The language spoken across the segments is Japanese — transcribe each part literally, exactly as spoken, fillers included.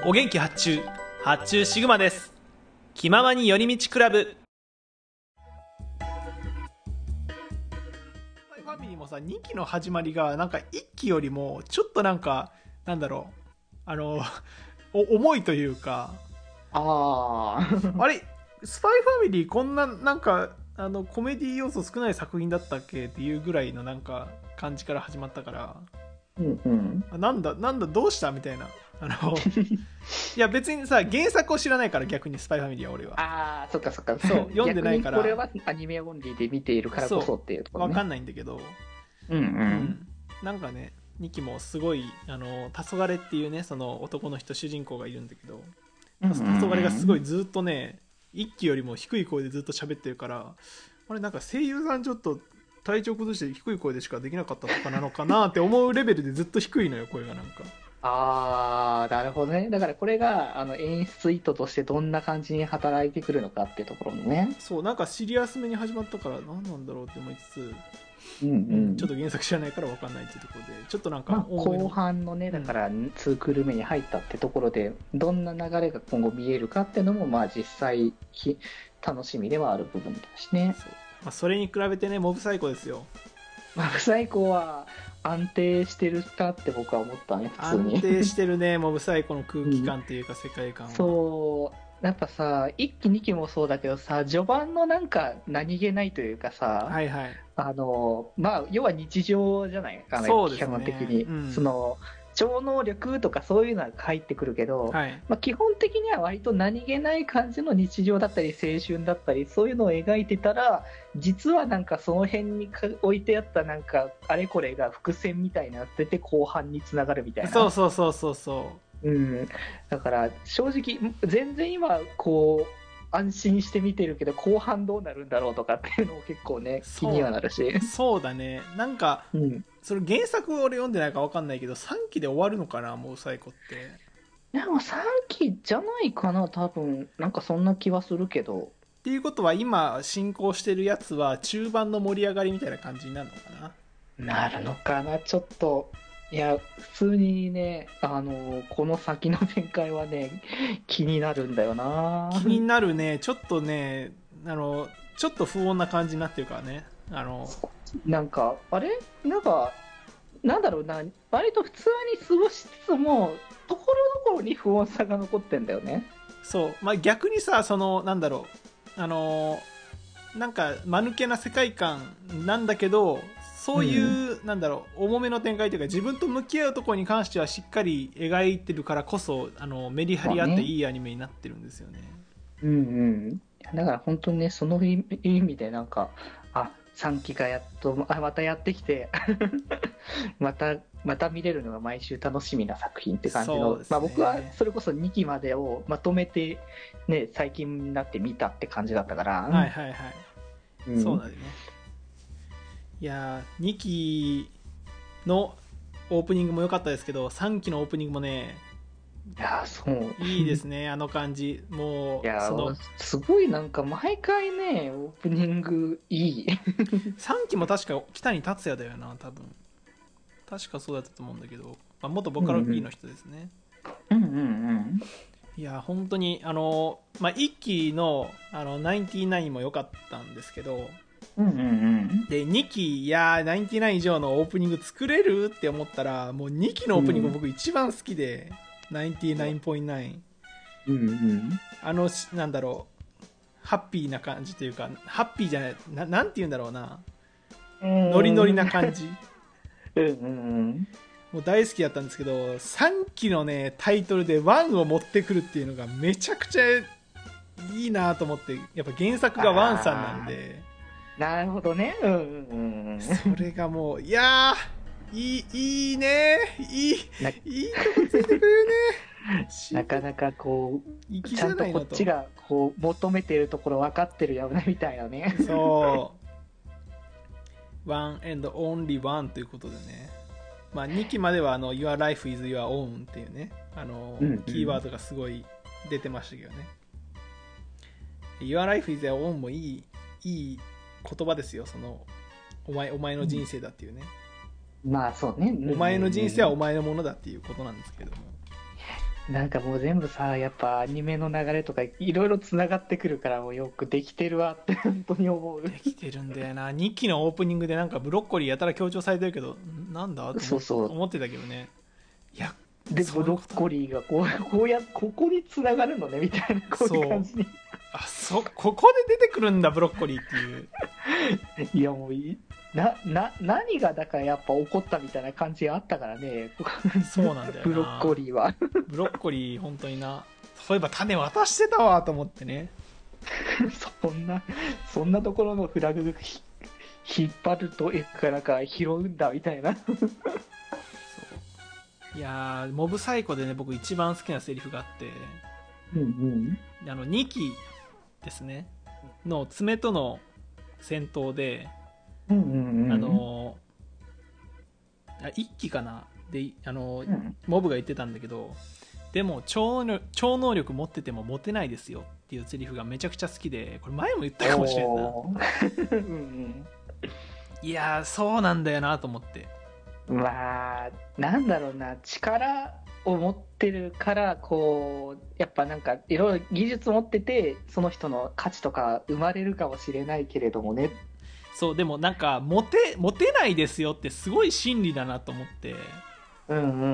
お元気発注発注シグマです。気ままに寄り道クラブ。ファミリーもさ、にきの始まりがなんかいっきよりもちょっとなんかなんだろう、あのお重いというか、 あああれスパイファミリーこんななんかあのコメディ要素少ない作品だったっけっていうぐらいのなんか感じから始まったから、 うんうんあなんだなんだどうしたみたいな、あのいや別にさ原作を知らないから、逆にスパイファミリーは俺はああ、そっかそっか。 そう読んでないから逆にこれはアニメオンリーで見ているからこそっていうところね。 分かんないんだけど、 うんううんん、なんかねにきもすごいあの黄昏っていうね、その男の人主人公がいるんだけど、 うんうん黄昏がすごいずっとねいっきよりも低い声でずっと喋ってるから、あれなんか声優さんちょっと体調崩して低い声でしかできなかったとかなのかなって思うレベルでずっと低いのよ、声がなんか。 ああ、なるほどね。だからこれがあの演出意図としてどんな感じに働いてくるのかっていうところもね。 そうなんかシリアスめに始まったから何なんだろうって思いつつ、 うんううんん。 ちょっと原作知らないから分かんないっていうところで、ちょっとなんまあ、 か多めの後半のね、だからにクール目に入ったってところで、どんな流れが今後見えるかっていうのも、まあ実際き楽しみではある部分だしね。 そう、まあ、それに比べてねモブサイコですよ。 まあ、不細工は安定してるかって僕は思ったね、普通に。 安定してるねモブサイコの空気感というか世界観は、 そうやっぱさ、いっきにきもそうだけどさ、序盤のなんか何気ないというかさ、 はいはい、 あのまあ要は日常じゃない、あのそうですね基本的に、 うんその超能力とかそういうのが入ってくるけど、 はい、 まあ、基本的には割と何気ない感じの日常だったり青春だったりそういうのを描いてたら、実はなんかその辺にか置いてあったなんかあれこれが伏線みたいになってて後半につながるみたいな。 そうそうそうそうそう、 うん、だから正直全然今こう安心して見てるけど後半どうなるんだろうとかっていうのも結構ね気にはなるし。 そうだね、なんかうんそれ原作を俺読んでないか分かんないけどさんきで終わるのかなモブサイコって。 でもさんきじゃないかな多分、なんかそんな気はするけど。 っていうことは今進行してるやつは中盤の盛り上がりみたいな感じになるのかな。 なるのかなちょっと。いや普通にね、あのこの先の展開はね気になるんだよな。 気になるね、ちょっとね、あのちょっと不穏な感じになってるからね、あのなんかあれなんかなんだろうな、割と普通に過ごしつつもところどころに不穏さが残ってんだよね。 そう、まあ、逆にさ、そのなんだろう、あのなんか間抜けな世界観なんだけど、そういう、うん、なんだろう重めの展開というか自分と向き合うところに関してはしっかり描いてるからこそ、あのメリハリあっていいアニメになってるんですよね。 うんうん。だから本当にね、その意味でなんか、あ、さんきがやっとあまたやってきてまたまた見れるのが毎週楽しみな作品って感じの、ね、まあ、僕はそれこそにきまでをまとめてね最近になって見たって感じだったから。 はいはいはい、うん、そうだよね。いやにきのオープニングも良かったですけどさんきのオープニングもね、 いやそういいですねあの感じ。もういやそのすごいなんか毎回ねオープニングいいさんきも確か北に達也だよな多分、確かそうだったと思うんだけど、まあ、元ボカロ P の人ですね。 うんうんうん、 いや本当にあの、まあ、いっきのあのナインティナインも良かったんですけど、 うんうんうん、 でにきいやナインティナイン以上のオープニング作れるって思ったら、もうにきのオープニング僕一番好きで、うん、ナインティナインポイントナイン、 うんうん、 あのなんだろうハッピーな感じというか、ハッピーじゃない な, なんて言うんだろうな、ノリノリな感じうんうんうんもう大好きだったんですけど、さんきのねタイトルでワンを持ってくるっていうのがめちゃくちゃいいなと思って、やっぱ原作がワンさんなんで。 なるほどね、うんうんうん、 それがもういやーいいいいねいいいいとこついてくれるねなかなかこうちゃんとこっちがこう求めてるところ分かってるよねみたいなね。 そうワンエンドオンリーワンということでね、まあ、にきまではあの Your life is your own っていうね、あの、うんうん、キーワードがすごい出てましたけどね。 Your life is your own もいいいい言葉ですよ。そのお前お前の人生だっていうね、 うん、まあそうね、 お前の人生はお前のものだっていうことなんですけども、 なんかもう全部さ、やっぱアニメの流れとかいろいろつながってくるから、もうよくできてるわって本当に思う。 できてるんだよな。にきのオープニングでなんかブロッコリーやたら強調されてるけど、なんだと思そうそう。 思ってたけどね。いや、 で、ブロッそういうこと。 コリーがこう、こうや、ここにつながるのねみたいな、こういう感じに。 あ、そ、ここで出てくるんだ、ブロッコリーっていう。 いやもういな、な、何がだからやっぱ起こったみたいな感じがあったからね、 そうなんだよな。 ブロッコリーは。 ブロッコリー、本当にな。そういえば種渡してたわ、と思ってね。 そんな、そんなところのフラグひ引っ張ると、え、からか拾うんだみたいな。 いやー、モブサイコでね、僕一番好きなセリフがあって、 うんうん。 あの、にきですね、の爪との戦闘で、 うんうんうん。 あのー、あいっきかなで、あのーうん、 モブが言ってたんだけど、でも超能力、超能力持っててもモテないですよっていうセリフがめちゃくちゃ好きで、これ前も言ったかもしれんな。 うんいやー、そうなんだよなと思って。 うん、まあなんだろうな、力を持ってるからこうやっぱなんかいろいろ技術持っててその人の価値とか生まれるかもしれないけれどもね。 そうでもなんかモテモテないですよってすごい真理だなと思って。 うんうん。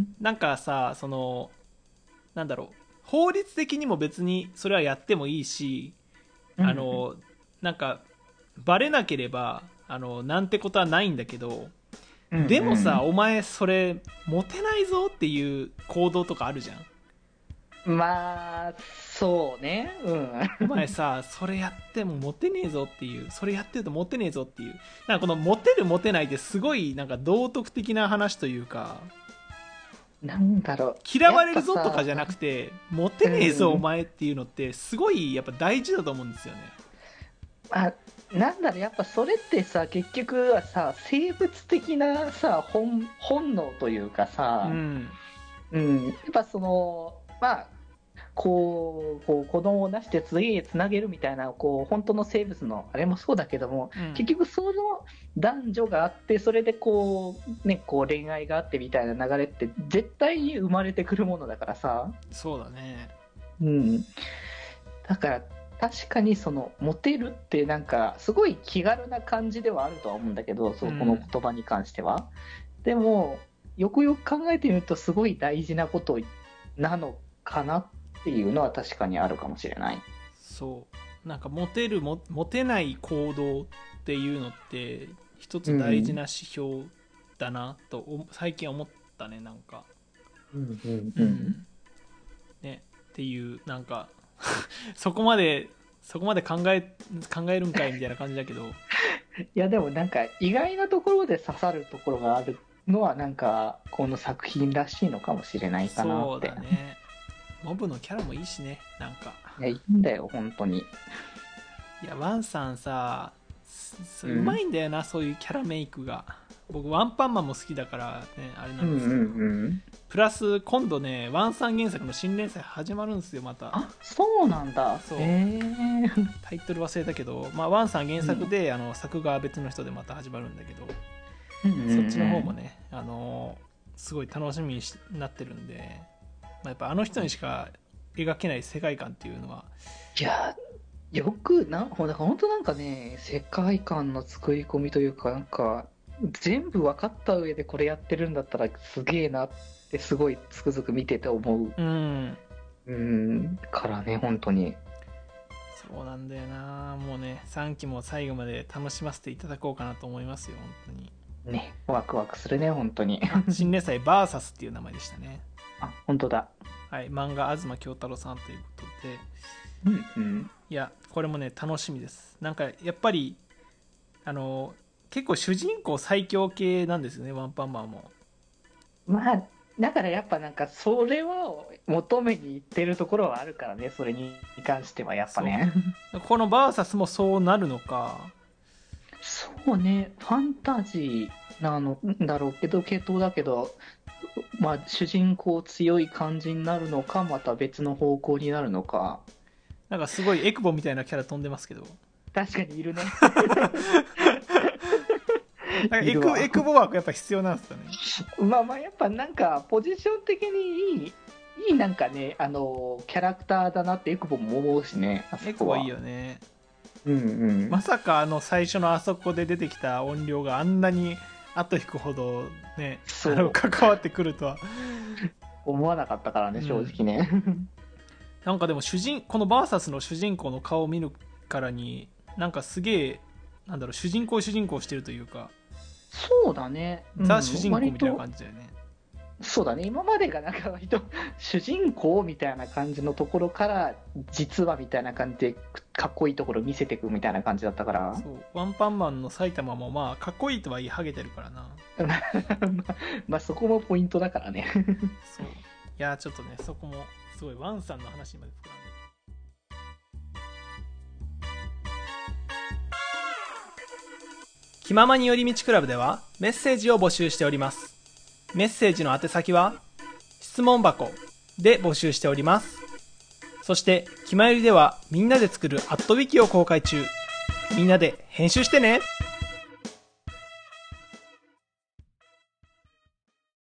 なんかさ、そのなんだろう、法律的にも別にそれはやってもいいし、あのなんかバレなければあのなんてことはないんだけど、 うんうん、 でもさ、お前それモテないぞっていう行動とかあるじゃん。 まあそうね、うん、 お前さ、それやってもモテねえぞっていう、それやってるとモテねえぞっていう、なんかこのモテるモテないってすごいなんか道徳的な話というか、 なんだろう、 嫌われるぞとかじゃなくて、 て、モテねえぞうん、 お前っていうのってすごいやっぱ大事だと思うんですよね。 あ、なんだろう、やっぱそれってさ、結局はさ、生物的なさ、本、本能というかさ、 うん。 うん、やっぱその、まあ、こう、こう子供を出して次へつなげるみたいな、こう、本当の生物のあれもそうだけども、 うん。 結局その男女があって、それでこう、ね、こう恋愛があってみたいな流れって絶対に生まれてくるものだからさ、 そうだね。 うん。だから、確かにそのモテるってなんかすごい気軽な感じではあるとは思うんだけど、そうこの言葉に関しては、でもよくよく考えてみるとすごい大事なことなのかなっていうのは確かにあるかもしれない。 そうなんかモテるもモテない行動っていうのって一つ大事な指標だなと、お最近思ったね。なんかうんうんううんん。 ねっていうなんかそこまでそこまで考え考えるんかいみたいな感じだけど、 いやでもなんか意外なところで刺さるところがあるのはなんかこの作品らしいのかもしれないかなそうって。 だね。モブのキャラもいいしね。なんかいやいいんだよ本当に。 いやワンさんさ、すううんまいんだよな、そういうキャラメイクが。僕ワンパンマンも好きだからねあれなんですけど、 うんうんうん。 プラス今度ねワンさん原作の新連載始まるんですよまた。 あ、そうなんだ。 そうへえ。 タイトル忘れたけど、まあ、ワンさん原作で、あの作画は別の人でまた始まるんだけど、 うんうんうんそっちの方もね、あのすごい楽しみにしなってるんで、まあ、やっぱあの人にしか描けない世界観っていうのは。 いや、よくな、ほん本当なんかね、世界観の作り込みというか、なんか、全部分かった上でこれやってるんだったらすげえなってすごいつくづく見てて思う。 うんうん、からね、本当に。 そうなんだよな。もうねさんきも最後まで楽しませていただこうかなと思いますよ本当に。 ね、ワクワクするね、本当に。 新連載バーサスっていう名前でしたね。 あ、本当だ。 はい、漫画東京太郎さんということで、 うんうん。 いやこれもね楽しみです。なんかやっぱりあの結構主人公最強系なんですよねワンパンマンも。 まあ、だからやっぱなんか、それを求めに行ってるところはあるからね、それに関してはやっぱね。 このバーサスもそうなるのか。 そうね、ファンタジーなのだろうけど、系統だけど、まあ、主人公強い感じになるのか、また別の方向になるのか。 なんかすごいエクボみたいなキャラ飛んでますけど、 確かにいるね。 なんかエいるわ。 クエクボ枠やっぱ必要なんですよね。 まあまあ、やっぱなんか、ポジション的にいい、いいなんかね、あのキャラクターだなってエクボも思うしね、あそこは。 エクボいいよね。 うんうん。 まさかあの最初のあそこで出てきた音量があんなに後引くほどね、あの関わってくるとは思わなかったからね、正直ね。 うん、なんかでも主人このバーサスの主人公の顔を見るからになんかすげえなんだろう、主人公主人公してるというか、 そうだね、 うん、ザ主人公みたいな感じだよね。 そうだね、今までがなんか割と主人公みたいな感じのところから実はみたいな感じでかっこいいところ見せていくみたいな感じだったから。 そう、ワンパンマンの埼玉もまあかっこいいとはいえハゲてるからなまあ、まあそこもポイントだからね。 そう、いやちょっとねそこもすごいワンさんの話にまで膨らんでる。気ままに寄り道クラブではメッセージを募集しております。メッセージの宛先は質問箱で募集しております。そして気まよりではみんなで作るアットウィキを公開中。みんなで編集してね。